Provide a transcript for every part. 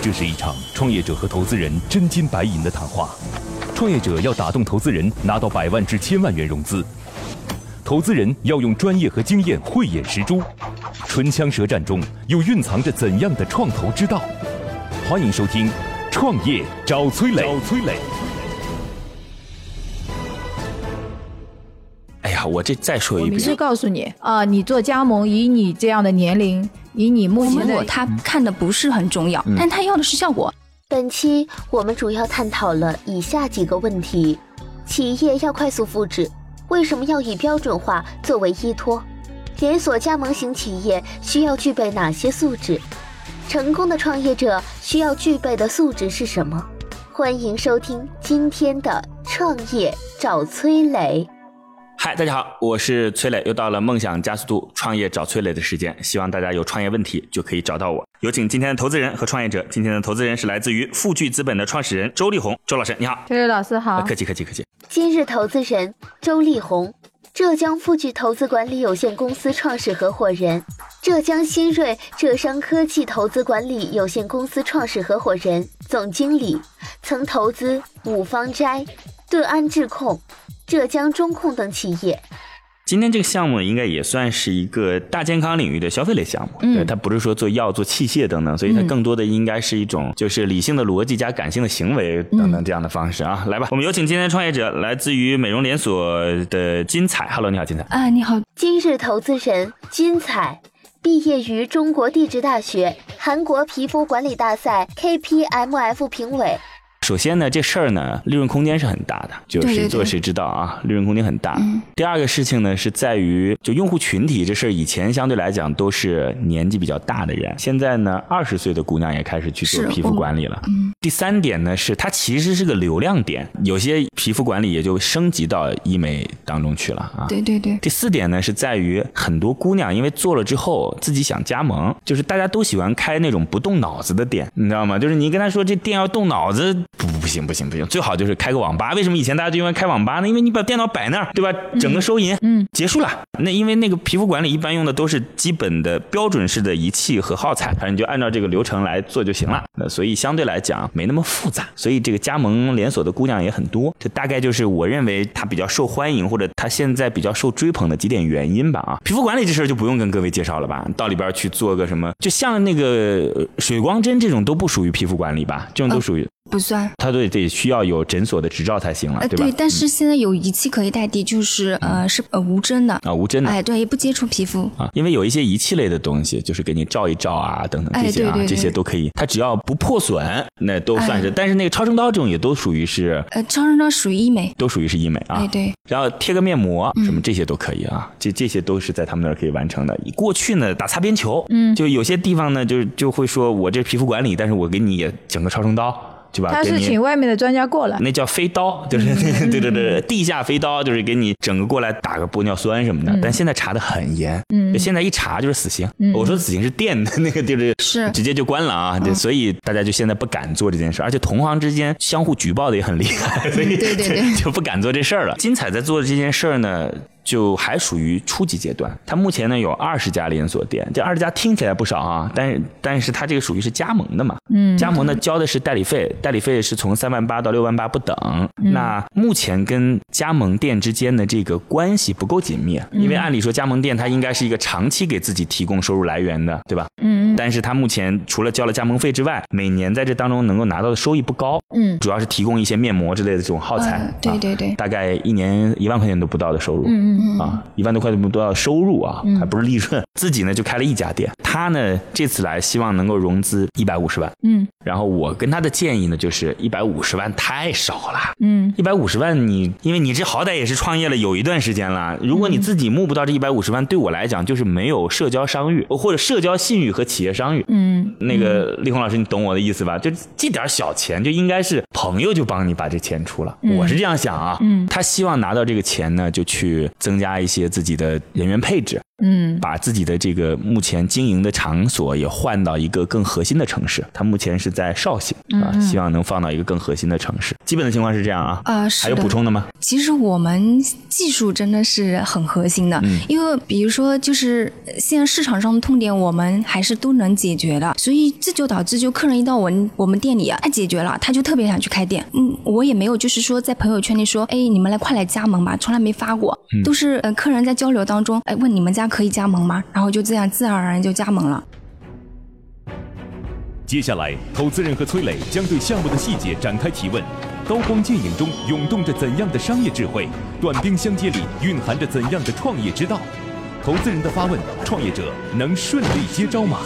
这是一场创业者和投资人真金白银的谈话。创业者要打动投资人，拿到100万至1000万元融资；投资人要用专业和经验慧眼识珠。唇枪舌战中，又蕴藏着怎样的创投之道？欢迎收听《创业找崔磊》。 哎呀，我这再说一遍， 我是告诉你你做加盟，以你这样的年龄，以你目前的， 他看的不是很重要，但他要的是效果。 本期我们主要探讨了以下几个问题：企业要快速复制，为什么要以标准化作为依托？连锁加盟型企业需要具备哪些素质？成功的创业者需要具备的素质是什么？欢迎收听今天的创业找崔磊。 嗨，大家好，我是崔磊，又到了梦想加速度创业找崔磊的时间，希望大家有创业问题就可以找到我。有请今天的投资人和创业者。今天的投资人是来自于富聚资本的创始人周立红，周老师你好。 崔磊老师好。 客气。 今日投资人周立红，浙江富聚投资管理有限公司创始合伙人，浙江新锐浙商科技投资管理有限公司创始合伙人、总经理，曾投资五芳斋、顿安智控、浙江中控等企业。 今天这个项目应该也算是一个大健康领域的消费类项目，对，它不是说做药、做器械等等，所以它更多的应该是一种就是理性的逻辑加感性的行为等等这样的方式啊。来吧，我们有请今天的创业者，来自于美容连锁的金彩。Hello， 你好，金彩。 你好。 今日投资人金彩，毕业于中国地质大学，韩国皮肤管理大赛 KPMF 评委。 首先呢，这事儿呢，利润空间是很大的，就谁做谁知道啊，利润空间很大。第二个事情呢，是在于就用户群体这事儿，以前相对来讲都是年纪比较大的人，现在呢，20岁的姑娘也开始去做皮肤管理了。第三点呢，是它其实是个流量点，有些皮肤管理也就升级到医美当中去了啊。 对。 第四点呢，是在于很多姑娘因为做了之后自己想加盟，就是大家都喜欢开那种不动脑子的店，你知道吗？就是你跟他说这店要动脑子。不行，最好就是开个网吧。为什么以前大家就因为开网吧呢？因为你把电脑摆那儿，对吧？整个收银，结束了。那因为那个皮肤管理一般用的都是基本的标准式的仪器和耗材，反正你就按照这个流程来做就行了。所以相对来讲没那么复杂，所以这个加盟连锁的姑娘也很多。这大概就是我认为它比较受欢迎，或者它现在比较受追捧的几点原因吧啊。皮肤管理这事儿就不用跟各位介绍了吧？到里边去做个什么，就像那个水光针这种都不属于皮肤管理吧？这种都属于。 不算， 它得需要有诊所的执照才行了，对吧？ 对，但是现在有仪器可以代替，就是是无针的啊，无针的， 对，也不接触皮肤啊，因为有一些仪器类的东西，就是给你照一照啊，等等这些啊， 对， 这些都可以，它只要不破损，那都算是。但是那个超声刀这种也都属于是， 超声刀属于医美， 都属于是医美啊， 对。 然后贴个面膜什么这些都可以啊，这些都是在他们那儿可以完成的。过去呢，打擦边球，就有些地方呢就会说我这皮肤管理，但是我给你也整个超声刀。 他是请外面的专家过来， 那叫飞刀，就是对，地下飞刀，就是给你整个过来打个玻尿酸什么的。但现在查的很严，现在一查就是死刑。我说死刑是电的那个，就是直接就关了啊。所以大家就现在不敢做这件事，而且同行之间相互举报的也很厉害，所以对就不敢做这事儿了。金彩在做的这件事儿呢，就还属于初级阶段。它目前呢有20家连锁店，这20家听起来不少啊，但是它这个属于是加盟的嘛，加盟呢交的是代理费是从38000到68000不等。那目前跟加盟店之间的这个关系不够紧密，因为按理说加盟店它应该是一个长期给自己提供收入来源的，对吧？但是它目前除了交了加盟费之外，每年在这当中能够拿到的收益不高。主要是提供一些面膜之类的这种耗材， 对， 大概1年1万块钱都不到的收入。1万多块钱不到的收入啊，还不是利润。自己呢就开了一家店，他呢这次来希望能够融资150万。然后我跟他的建议呢就是150万太少了。150万因为你这好歹也是创业了有一段时间了，如果你自己募不到这150万，对我来讲就是没有社交商誉或者社交信誉和企业商誉。那个立红老师你懂我的意思吧？就这点小钱就应该是朋友就帮你把这钱出了，我是这样想啊。他希望拿到这个钱呢就去增加一些自己的人员配置。 把自己的这个目前经营的场所也换到一个更核心的城市。他目前是在绍兴希望能放到一个更核心的城市。基本的情况是这样啊。 是的。 还有补充的吗？ 其实我们技术真的是很核心的，因为比如说就是现在市场上的痛点我们还是都能解决的，所以这就导致就客人一到我们店里他解决了，他就特别想去开店。我也没有就是说在朋友圈里说你们快来加盟吧，从来没发过，都是客人在交流当中问你们家可以加盟吗，然后就这样自然而然就加盟了。 接下来投资人和崔磊将对项目的细节展开提问，刀光剑影中涌动着怎样的商业智慧，短兵相接里蕴含着怎样的创业之道？投资人的发问，创业者能顺利接招吗？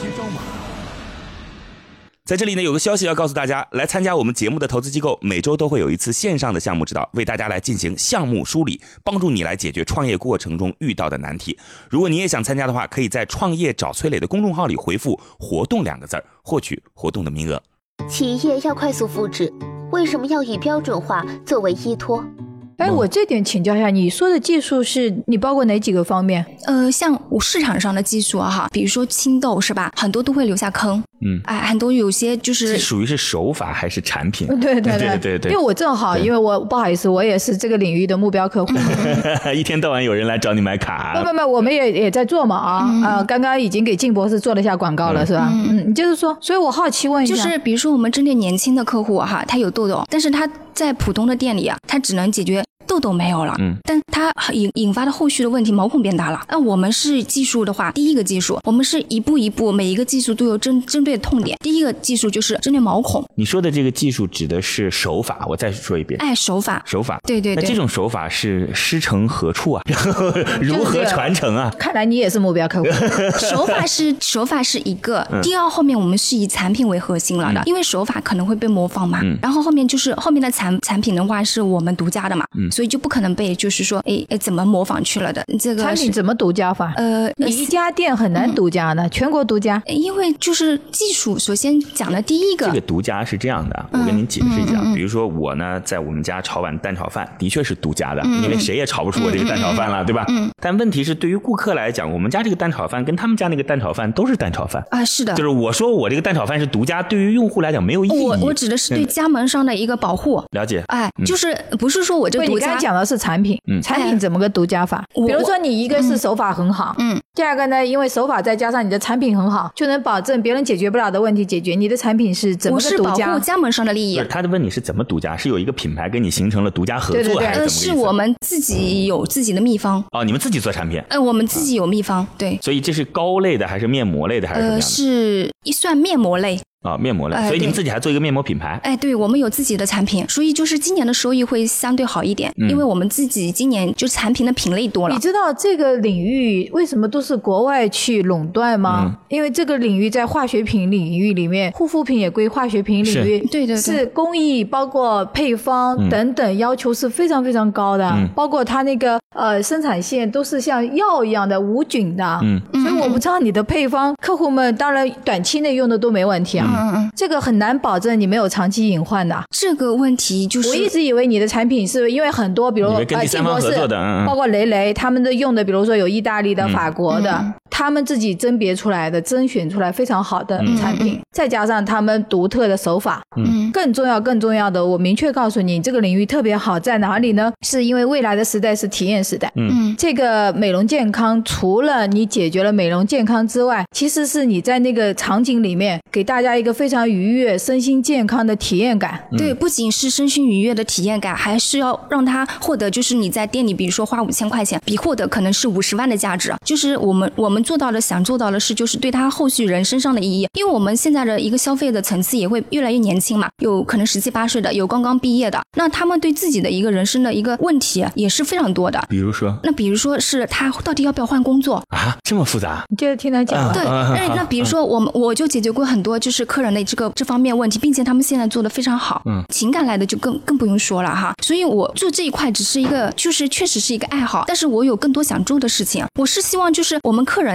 在这里呢，有个消息要告诉大家，来参加我们节目的投资机构每周都会有一次线上的项目指导，为大家来进行项目梳理，帮助你来解决创业过程中遇到的难题。如果你也想参加的话，可以在创业找崔磊的公众号里回复活动2个字，获取活动的名额。 企业要快速复制，为什么要以标准化作为依托？ 我这点请教一下，你说的技术是你包括哪几个方面？ 像市场上的技术比如说青豆是吧，很多都会留下坑。很多有些就是这属于是手法还是产品？ 对，因为我正好，因为我不好意思，我也是这个领域的目标客户。 一天到晚有人来找你买卡。 不，我们也在做嘛刚刚已经给靳博士做了一下广告了，是吧？就是说，所以我好奇问一下， 就是比如说我们针对年轻的客户他有痘痘，但是他在普通的店里他只能解决痘痘没有了，但它引发的后续的问题，毛孔变大了。那我们是技术的话，第一个技术我们是一步一步，每一个技术都有针对的痛点。第一个技术就是针对毛孔。 你说的这个技术指的是手法，我再说一遍。 手法，对。 那这种手法是师承何处啊？然后如何传承啊？ 看来你也是目标客户。 手法是一个，第二后面我们是以产品为核心了的，因为手法可能会被模仿嘛。然后后面就是后面的产品的话是我们独家的嘛。所以就不可能被就是说怎么模仿去了的。这个产品怎么独家法？你一家店很难独家的，全国独家。 因为就是技术，首先讲的第一个， 这个独家是这样的，我跟您解释一下。比如说我呢，在我们家炒碗蛋炒饭，的确是独家的，因为谁也炒不出我这个蛋炒饭了，对吧？但问题是，对于顾客来讲，我们家这个蛋炒饭跟他们家那个蛋炒饭都是蛋炒饭是的。 就是我说我这个蛋炒饭是独家，对于用户来讲没有意义。 我指的是对加盟商的一个保护。 了解。 就是不是说我这个独家。 你刚才讲的是产品，产品怎么个独家法？比如说你一个是手法很好，第二个呢，因为手法再加上你的产品很好，就能保证别人解决不了的问题解决。你的产品是怎么个独家？ 我是保护加盟商的利益。 他的问题是怎么独家？是有一个品牌跟你形成了独家合作， 对还是怎么？ 是我们自己有自己的秘方。 你们自己做产品？ 我们自己有秘方，对。 所以这是膏类的还是面膜类的还是什么样的？ 是算面膜类。 面膜类，所以你们自己还做一个面膜品牌？ 对，我们有自己的产品，所以就是今年的收益会相对好一点，因为我们自己今年就产品的品类多了。 你知道这个领域为什么都是国外去垄断吗？因为这个领域在化学品领域里面，护肤品也归化学品领域， 对， 是工艺包括配方等等要求是非常非常高的，包括它那个生产线都是像药一样的无菌的，所以我不知道你的配方，客户们当然短期内用的都没问题这个很难保证你没有长期隐患的。 这个问题就是我一直以为你的产品是因为很多，比如跟第三方合作的， 包括雷他们的用的，比如说有意大利的、法国的，他们自己甄别出来的、甄选出来非常好的产品，再加上他们独特的手法。更重要的，我明确告诉你，这个领域特别好在哪里呢？是因为未来的时代是体验时代。这个美容健康，除了你解决了美容健康之外，其实是你在那个场景里面给大家一个非常愉悦、身心健康的体验感。 对，不仅是身心愉悦的体验感，还是要让他获得，就是你在店里，比如说花5000块钱，比获得可能是50万的价值。就是我们做到的，想做到的是，就是对他后续人身上的意义。因为我们现在的一个消费的层次也会越来越年轻嘛，有可能17、8岁的，有刚刚毕业的，那他们对自己的一个人生的一个问题也是非常多的。 比如说是他到底要不要换工作啊？这么复杂？ 你接着听他讲。 对，那比如说我就解决过很多就是客人的这方面问题，并且他们现在做的非常好。情感来的就更不用说了哈。所以我做这一块只是一个，就是确实是一个爱好，但是我有更多想做的事情。我是希望就是我们客人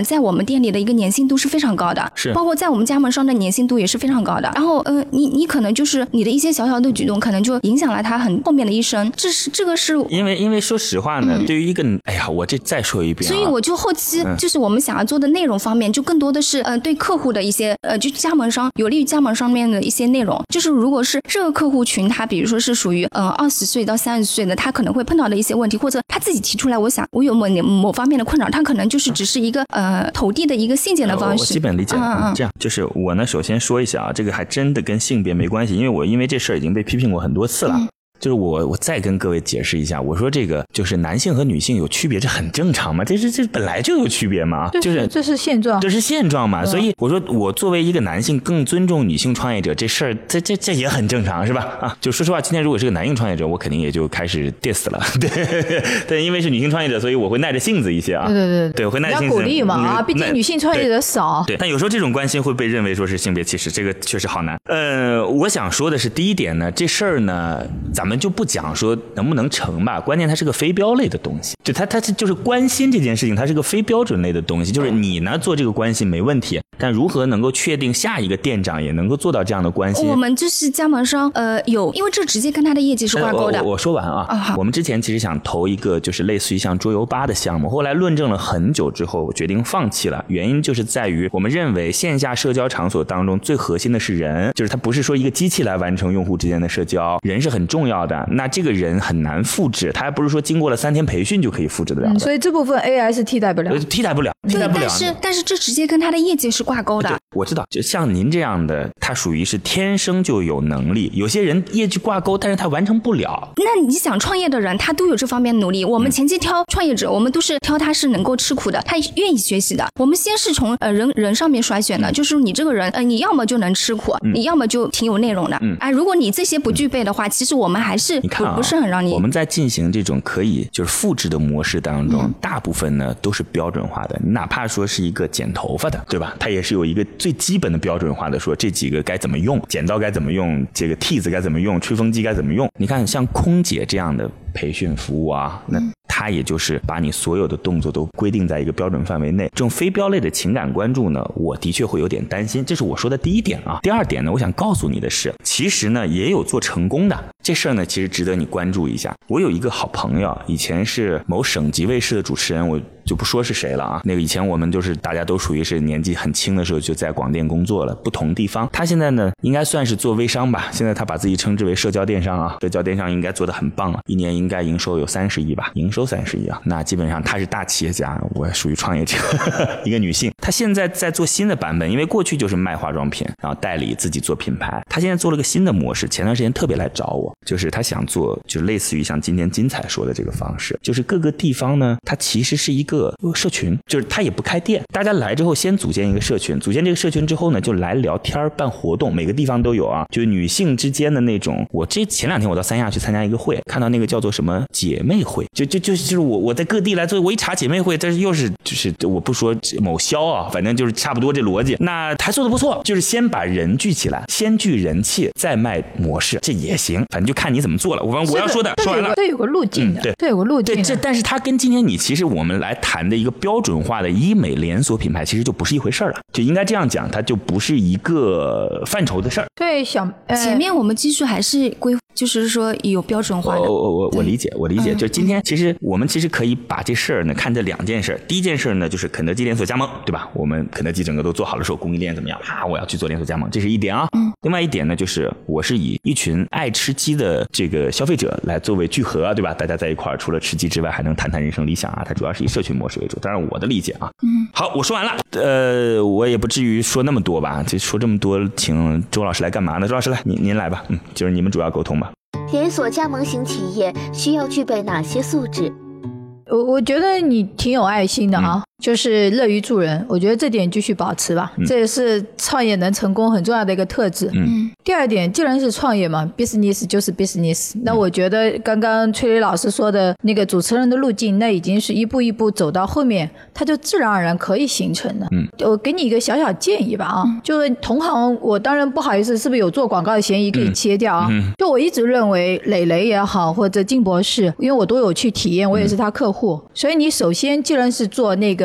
人在我们店里的一个粘性度是非常高的， 是包括在我们加盟商的粘性度也是非常高的。然后你可能就是你的一些小小的举动，可能就影响了他很后面的一生。这个是因为说实话呢，对于一个哎呀，我这再说一遍所以我就后期就是我们想要做的内容方面，就更多的是对客户的一些就加盟商有利于加盟商面的一些内容。就是如果是这个客户群，他比如说是属于20岁到30岁的，他可能会碰到的一些问题，或者他自己提出来，我想我有某方面的困扰，他可能就是只是一个投递的一个信件的方式。 我基本理解了。这样就是我呢，首先说一下啊，这个还真的跟性别没关系，因为这事儿已经被批评过很多次了。就是我再跟各位解释一下，我说这个就是男性和女性有区别，这很正常嘛，这本来就有区别嘛，就是这是现状， 这是现状嘛。所以我说我作为一个男性更尊重女性创业者这事儿，这也很正常是吧？啊，就说实话，今天如果是个男性创业者，我肯定也就开始 diss 了，对，因为是女性创业者，所以我会耐着性子一些啊，对，会耐着性子， 要鼓励嘛啊，毕竟女性创业者少， 对，但有时候这种关心会被认为说是性别歧视，这个确实好难。我想说的是第一点呢，这事儿呢，咱们就不讲说能不能成吧，关键它是个非标类的东西，就它就是关心这件事情，它是个非标准类的东西，就是你呢做这个关心没问题，但如何能够确定下一个店长也能够做到这样的关系？ 我们就是加盟商因为这直接跟他的业绩是挂钩的。 我说完啊，我们之前其实想投一个就是类似于像桌游吧的项目，后来论证了很久之后决定放弃了，原因就是在于我们认为线下社交场所当中最核心的是人，就是它不是说一个机器来完成用户之间的社交，人是很重要的，那这个人很难复制，他还不是说经过了3天培训就可以复制得了的， 所以这部分 AI 是替代不了。 对，但是这直接跟他的业绩是挂钩的。 我知道，就像您这样的，他属于是天生就有能力，有些人业绩挂钩，但是他完成不了。 那你想创业的人，他都有这方面努力。我们前期挑创业者，我们都是挑他是能够吃苦的，他愿意学习的。我们先是从人上面筛选的，就是你这个人，你要么就能吃苦，你要么就挺有内容的。如果你这些不具备的话，其实我们还是不是很让你。 我们在进行这种可以就是复制的模式当中，大部分呢都是标准化的。你哪怕说是一个剪头发的，对吧？它也是有一个最基本的标准化的，说这几个该怎么用，剪刀该怎么用，这个屉子该怎么用，吹风机该怎么用。你看像空姐这样的培训服务啊，那它也就是把你所有的动作都规定在一个标准范围内。这种非标类的情感关注呢，我的确会有点担心，这是我说的第一点啊。第二点呢，我想告诉你的是，其实呢也有做成功的，这事儿呢其实值得你关注一下。我有一个好朋友，以前是某省级卫视的主持人，我就不说是谁了啊。那个以前我们就是大家都属于是年纪很轻的时候就在广电工作了，不同地方。他现在呢应该算是做微商吧，现在他把自己称之为社交电商啊，社交电商应该做得很棒了，一年应该营收有30亿吧，营收30亿啊，那基本上他是大企业家，我属于创业者一个女性。她现在在做新的版本，因为过去就是卖化妆品，然后代理自己做品牌，她现在做了个新的模式，前段时间特别来找我，就是她想做就是类似于像今天金彩说的这个方式，就是各个地方呢它其实是一个社群，就是它也不开店，大家来之后先组建一个社群，组建这个社群之后呢就来聊天办活动，每个地方都有啊，就是女性之间的那种。我前2天我到三亚去参加一个会，看到那个叫做什么姐妹会，就是我在各地来做，我一查姐妹会，但是又是就是我不说某销啊，反正就是差不多这逻辑。那还做得不错，就是先把人聚起来，先聚人气，再卖模式，这也行，反正就看你怎么做了。我要说的说完了， 这有个路径的，对，有个路径的。 对，但是它跟今天其实我们来谈的一个标准化的医美连锁品牌，其实就不是一回事了，就应该这样讲，它就不是一个范畴的事儿。 对， 前面我们技术还是就是说有标准化的。 我理解，就今天其实我们可以把这事儿呢看这2件事。第一件事呢就是肯德基连锁加盟，对吧？我们肯德基整个都做好了时候，供应链怎么样我要去做连锁加盟，这是一点啊。另外一点呢就是我是以一群爱吃鸡的这个消费者来作为聚合，对吧？大家在一块儿除了吃鸡之外还能谈谈人生理想啊，它主要是以社群模式为主，当然我的理解啊。好，我说完了。我也不至于说那么多吧，就说这么多，请周老师来干嘛呢？周老师来，您来吧，就是你们主要沟通吧。 连锁加盟型企业需要具备哪些素质？ 我觉得你挺有爱心的啊，就是乐于助人，我觉得这点继续保持吧，这也是创业能成功很重要的一个特质。第二点，既然是创业嘛 ，business 就是 business，那我觉得刚刚崔磊老师说的那个主持人的路径，那已经是一步一步走到后面，它就自然而然可以形成的。我给你一个小小建议吧啊，就是同行，我当然不好意思，是不是有做广告的嫌疑可以切掉啊？就我一直认为磊磊也好，或者金博士，因为我都有去体验，我也是他客户，所以你首先既然是做那个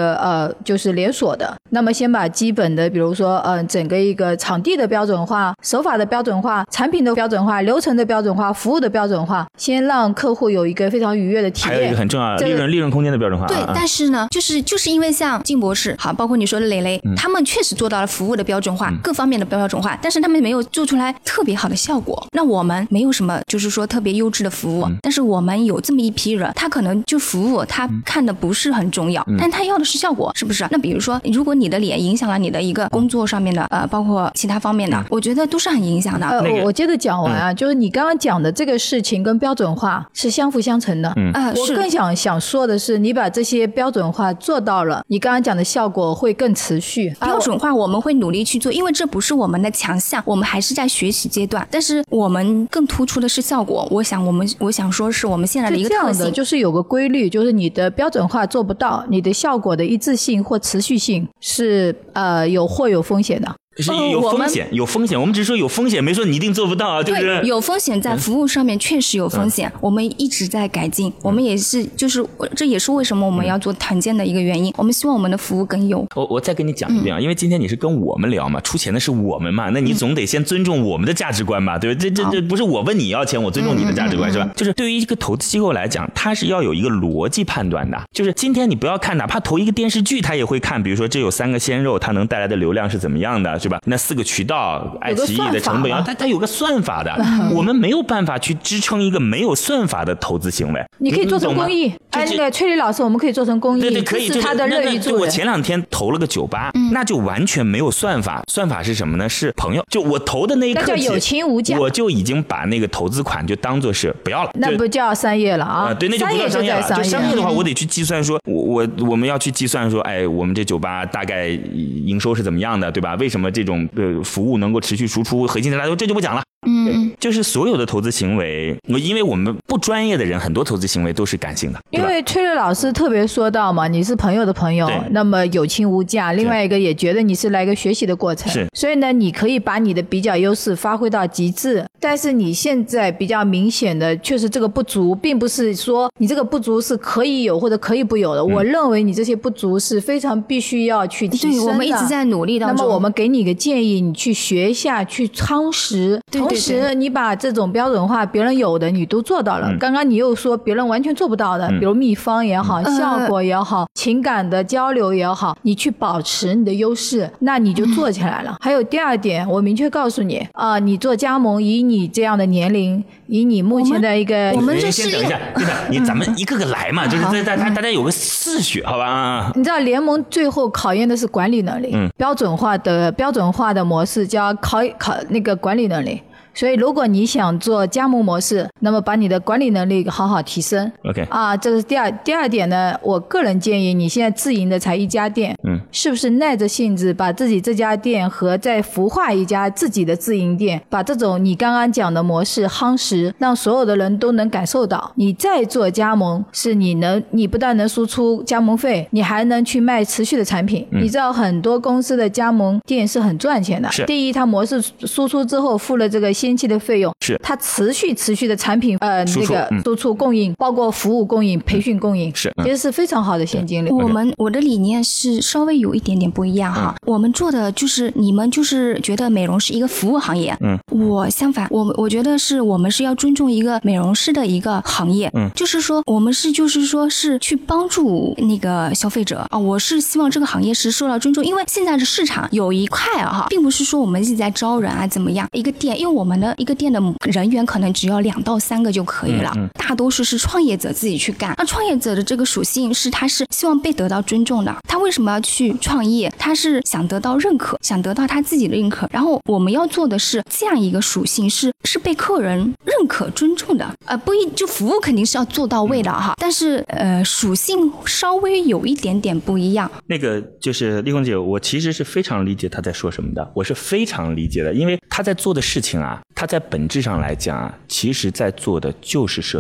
个就是连锁的，那么先把基本的比如说整个一个场地的标准化、手法的标准化、产品的标准化、流程的标准化、服务的标准化，先让客户有一个非常愉悦的体验。 还有一个很重要的利润空间的标准化。 对，但是呢就是因为像靳博士好，包括你说的蕾蕾，他们确实做到了服务的标准化，各方面的标准化，但是他们没有做出来特别好的效果。那我们没有什么就是说特别优质的服务，但是我们有这么一批人，他可能就服务他看的不是很重要，但他要的是效果，是不是？那比如说如果你的脸影响了你的一个工作上面的包括其他方面的，我觉得都是很影响的。 我接着讲完啊，就是你刚刚讲的这个事情跟标准化是相辅相成的。我更想说的是，你把这些标准化做到了，你刚刚讲的效果会更持续。 标准化我们会努力去做，因为这不是我们的强项，我们还是在学习阶段，但是我们更突出的是效果。我想说是我们现在的一个特性。 这样的就是有个规律，就是你的标准化做不到，你的效果的一致性或持续性是有风险的。 是有风险，有风险。我们只是说有风险，没说你一定做不到啊，就是对，有风险，在服务上面确实有风险，我们一直在改进，我们也是，就是这也是为什么我们要做团建的一个原因。我们希望我们的服务更优。 我再跟你讲一遍啊，因为今天你是跟我们聊嘛，出钱的是我们嘛，那你总得先尊重我们的价值观吧，对吧？这不是我问你要钱，我尊重你的价值观，是吧？就是对于一个投资机构来讲，它是要有一个逻辑判断的。就是今天你不要看，哪怕投一个电视剧，他也会看，比如说这有3个鲜肉，它能带来的流量是怎么样的，是吧？那4个渠道，爱奇艺的成本，它有个算法的，我们没有办法去支撑一个没有算法的投资行为。 你可以做成公益，那个崔丽老师，我们可以做成公益， 对，可以， 是他的乐于助人。 我前2天投了个酒吧，那就完全没有算法，算法是什么呢？是朋友，就我投的那一刻起， 那叫有情无价， 我就已经把那个投资款就当做是不要了， 那不叫商业了啊？ 对，那就不叫商业了。就商业的话，我得去计算说，我们要去计算说，哎，我们这酒吧大概营收是怎么样的，对吧？为什么这种服务能够持续输出，核心的来说，这就不讲了。就是所有的投资行为，因为我们不专业的人，很多投资行为都是感性的。 因为崔瑞老师特别说到嘛，你是朋友的朋友，那么有情无价。另外一个也觉得你是来一个学习的过程， 是。 所以呢，你可以把你的比较优势发挥到极致，但是你现在比较明显的确实这个不足，并不是说你这个不足是可以有或者可以不有的。我认为你这些不足是非常必须要去提升的。 对，我们一直在努力当中。 那么我们给你一个建议，你去学一下，去夯实。同时你把这种标准化别人有的你都做到了。刚刚你又说别人完全做不到的，比如秘方也好，效果也好，情感的交流也好，你去保持你的优势，那你就做起来了。还有第2点，我明确告诉你你做加盟，以你这样的年龄，以你目前的一个， 我们这先等一下，咱们一个个来嘛，就是大家有个次序，好吧？ 你知道联盟最后考验的是管理能力，标准化的模式叫考那个管理能力。所以如果你想做加盟模式，那么把你的管理能力好好提升。 OK 这个是第二点呢，我个人建议你现在自营的才1家店，是不是耐着性子把自己这家店和再孵化一家自己的自营店，把这种你刚刚讲的模式夯实，让所有的人都能感受到，你再做加盟是你不但能输出加盟费，你还能去卖持续的产品。你知道很多公司的加盟店是很赚钱的，第一它模式输出之后付了这个先期的费用， 是它持续的产品那个输出供应，包括服务供应、培训供应， 是其实是非常好的现金流。 我的理念是稍微有一点点不一样哈，我们做的就是你们就是觉得美容是一个服务行业，我相反，我觉得是我们是要尊重一个美容师的一个行业，就是说我们是去帮助那个消费者啊，我是希望这个行业是受到尊重，因为现在的市场有一块并不是说我们一直在招人啊怎么样，一个店，因为我们的一个店的人员可能只要2到3个就可以了，大多数是创业者自己去干。那创业者的这个属性是他是希望被得到尊重的，他为什么要去创业？他是想得到认可，想得到他自己的认可。然后我们要做的是这样一个属性是被客人认可尊重的，不一就服务肯定是要做到位的哈，但是属性稍微有一点点不一样。 那个就是丽红姐，我其实是非常理解她在说什么的，我是非常理解的，因为她在做的事情啊，她在本质上来讲啊，其实在做的就是社群。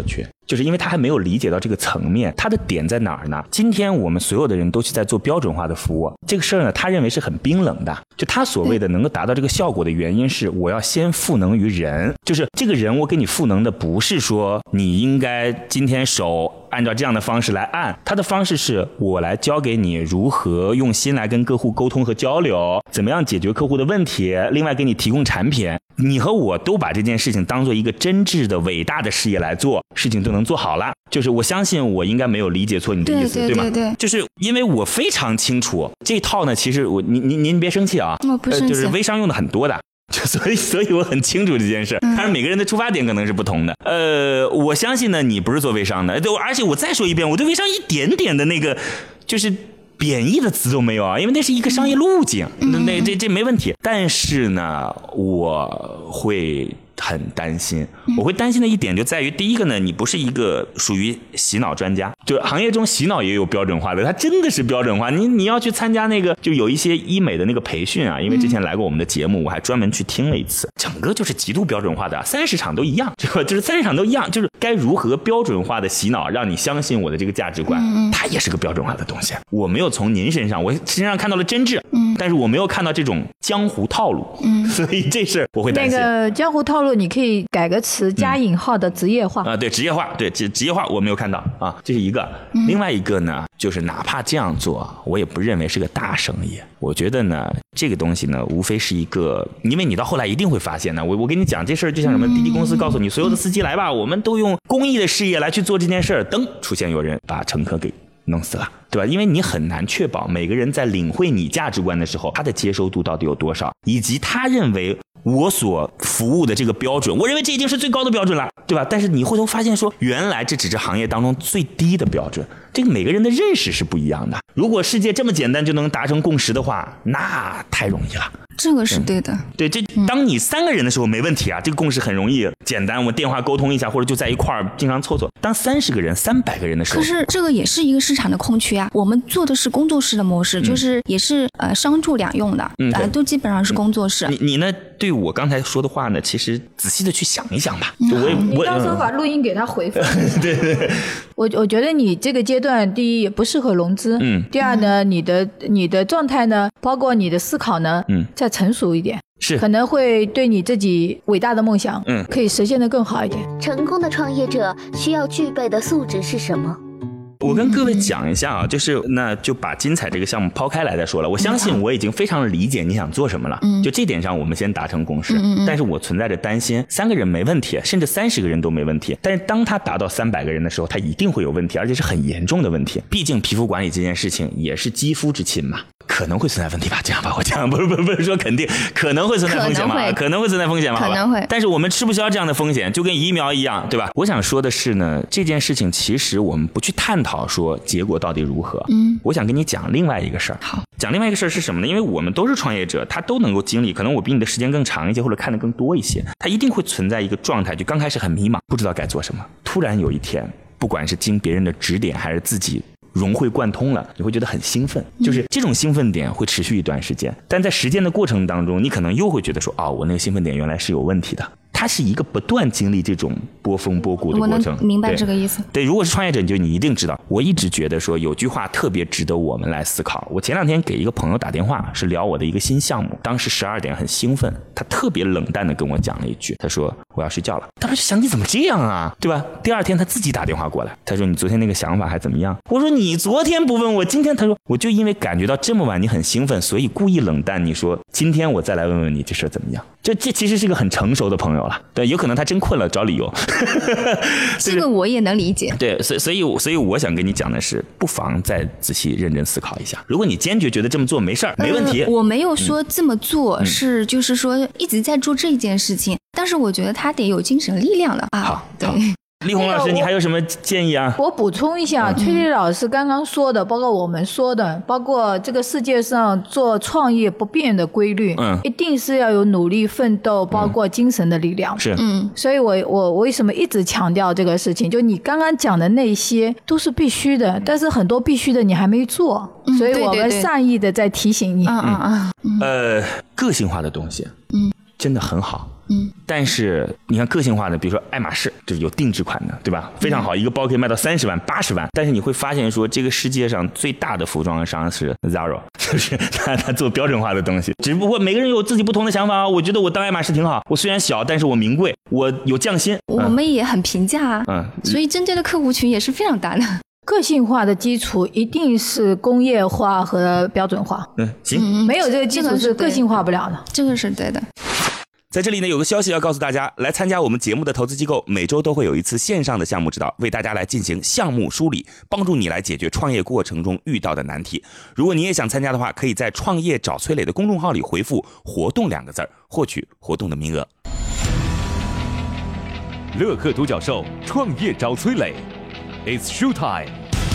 就是因为他还没有理解到这个层面，他的点在哪儿呢？今天我们所有的人都是在做标准化的服务，这个事儿呢，他认为是很冰冷的。就他所谓的能够达到这个效果的原因是，我要先赋能于人，就是这个人我给你赋能的不是说你应该今天手按照这样的方式来按，他的方式是我来教给你如何用心来跟客户沟通和交流，怎么样解决客户的问题，另外给你提供产品。你和我都把这件事情当做一个真挚的伟大的事业来做，事情都能做好了。就是我相信我应该没有理解错你的意思， 对吗？ 对， 就是因为我非常清楚这套呢，其实您别生气啊， 我不生气， 就是微商用的很多的。所以我很清楚这件事，但是每个人的出发点可能是不同的。我相信呢，你不是做微商的，对，而且我再说一遍，我对微商一点点的那个就是贬义的词都没有啊，因为那是一个商业路径，这没问题。但是呢，我会很担心，我会担心的一点就在于，第一个呢，你不是一个属于洗脑专家，就行业中洗脑也有标准化的，它真的是标准化。你要去参加那个，就有一些医美的那个培训啊，因为之前来过我们的节目，我还专门去听了一次，整个就是极度标准化的，30场都一样，就是30场都一样，就是该如何标准化的洗脑，让你相信我的这个价值观，它也是个标准化的东西。我没有从您身上，我身上看到了真挚，但是我没有看到这种江湖套路，所以这事我会担心。 那个江湖套路，你可以改个词，加引号的职业化啊，对，职业化，对，职业化我没有看到啊，这是一个。另外一个呢，就是哪怕这样做，我也不认为是个大生意。我觉得呢，这个东西呢，无非是一个，因为你到后来一定会发现呢，我跟你讲这事儿，就像什么滴滴公司告诉你，所有的司机来吧，我们都用公益的事业来去做这件事儿，噔，出现有人把乘客给弄死了，对吧？因为你很难确保每个人在领会你价值观的时候，他的接受度到底有多少，以及他认为我所服务的这个标准，我认为这已经是最高的标准了，对吧？但是你回头发现说，原来这只是行业当中最低的标准，这个每个人的认识是不一样的。如果世界这么简单就能达成共识的话，那太容易了。 这个是对的， 对，这当你3个人的时候没问题啊，这个共识很容易简单，我电话沟通一下，或者就在一块儿经常凑凑。当30个人、300个人的时候， 可是这个也是一个市场的空缺啊。我们做的是工作室的模式，就是也是商住两用的，都基本上是工觉室。 你呢？对我刚才说的话呢，其实仔细的去想一想吧。 你到时候把录音给他回复。对，我觉得你这个阶段，第一也不适合融资，第二呢，你的状态呢，包括你的思考呢，再成熟一点。 是可能会对你自己伟大的梦想，可以实现得更好一点。 成功的创业者需要具备的素质是什么？ 我跟各位讲一下啊，就是那就把精彩这个项目抛开来再说了。我相信我已经非常理解你想做什么了，就这点上我们先达成共识。但是我存在着担心，3个人没问题，甚至30个人都没问题。但是当他达到300个人的时候，他一定会有问题，而且是很严重的问题。毕竟皮肤管理这件事情也是肌肤之亲嘛，可能会存在问题吧？这样吧，我讲不是说肯定，可能会存在风险嘛？可能会存在风险嘛？ 可能会。 但是我们吃不消这样的风险，就跟疫苗一样，对吧？我想说的是呢，这件事情其实我们不去探讨说结果到底如何。我想跟你讲另外一个事儿。 好， 讲另外一个事儿是什么呢？因为我们都是创业者，他都能够经历，可能我比你的时间更长一些，或者看得更多一些，他一定会存在一个状态，就刚开始很迷茫，不知道该做什么，突然有一天，不管是经别人的指点还是自己融会贯通了，你会觉得很兴奋，就是这种兴奋点会持续一段时间，但在实践的过程当中，你可能又会觉得说，我那个兴奋点原来是有问题的。它是一个不断经历这种波峰波谷的过程。 我能明白这个意思。 对，如果是创业者，你一定知道。我一直觉得说有句话特别值得我们来思考。我前2天给一个朋友打电话，是聊我的一个新项目，当时12点很兴奋，他特别冷淡的跟我讲了一句，他说我要睡觉了。当时想你怎么这样啊，对吧？第2天他自己打电话过来，他说你昨天那个想法还怎么样？我说你昨天不问我，今天。他说我就因为感觉到这么晚你很兴奋，所以故意冷淡你说今天我再来问问你这事怎么样。这其实是个很成熟的朋友了，对，有可能他真困了找理由。 这个我也能理解。 对，所以我想跟你讲的是，不妨再仔细认真思考一下。如果你坚决觉得这么做没事儿，没问题。 我没有说这么做是就是说一直在做这件事情，但是我觉得他得有精神力量了啊。 好， 对。 丽红老师，你还有什么建议啊？ 我补充一下，崔丽老师刚刚说的，包括我们说的，包括这个世界上做创业不变的规律，一定是要有努力奋斗，包括精神的力量。 是， 所以我为什么一直强调这个事情？就你刚刚讲的那些都是必须的，但是很多必须的你还没做，所以我们善意的在提醒你。 个性化的东西，真的很好。 但是你看个性化的，比如说爱马仕，就是有定制款的，对吧？非常好，一个包可以卖到30万、80万。但是你会发现说，这个世界上最大的服装商是 Zara， 就是他做标准化的东西。只不过每个人有自己不同的想法。我觉得我当爱马仕挺好，我虽然小，但是我名贵，我有匠心。 我们也很平价啊，所以针对的客户群也是非常大的。 个性化的基础一定是工业化和标准化。 行， 没有这个基础是个性化不了的。 这个是对的。 在这里呢，有个消息要告诉大家，来参加我们节目的投资机构每周都会有一次线上的项目指导，为大家来进行项目梳理，帮助你来解决创业过程中遇到的难题。如果你也想参加的话，可以在创业找崔磊的公众号里回复活动2个字，获取活动的名额。 乐客独角兽创业找崔磊 It's show time。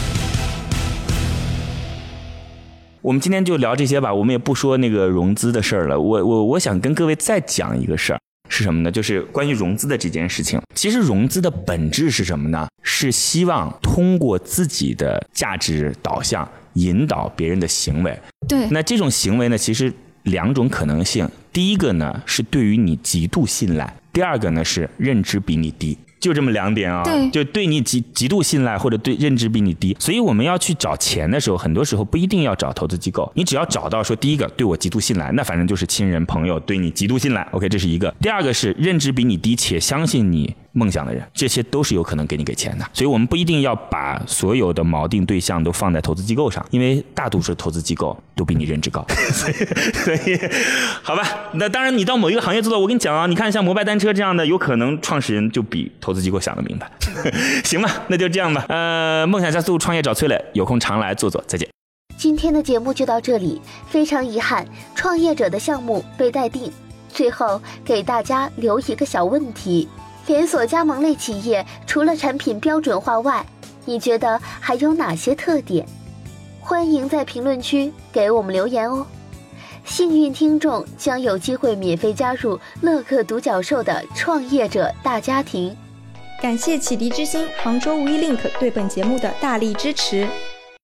我们今天就聊这些吧，我们也不说那个融资的事儿了。我想跟各位再讲一个事儿，是什么呢？就是关于融资的这件事情。其实融资的本质是什么呢？是希望通过自己的价值导向引导别人的行为。 对， 那这种行为呢，其实2种可能性。第一个呢是对于你极度信赖，第二个呢是认知比你低。就这么2点啊， 对， 就对你极度信赖或者对认知比你低，所以我们要去找钱的时候，很多时候不一定要找投资机构，你只要找到说第一个对我极度信赖，那反正就是亲人朋友对你极度信赖 ，OK， 这是一个；第二个是认知比你低且相信你梦想的人，这些都是有可能给你给钱的。所以我们不一定要把所有的锚定对象都放在投资机构上，因为大多数投资机构都比你认知高。所以好吧，那当然你到某一个行业做到，我跟你讲啊，你看像摩拜单车这样的，有可能创始人就比投资机构想得明白。行吧，那就这样吧。梦想加速创业找崔磊，有空常来坐坐，再见。 今天的节目就到这里，非常遗憾，创业者的项目被待定。最后给大家留一个小问题：连锁加盟类企业除了产品标准化外，你觉得还有哪些特点？欢迎在评论区给我们留言哦。幸运听众将有机会免费加入乐客独角兽的创业者大家庭。 感谢启迪之星、杭州无一 link 对本节目的大力支持。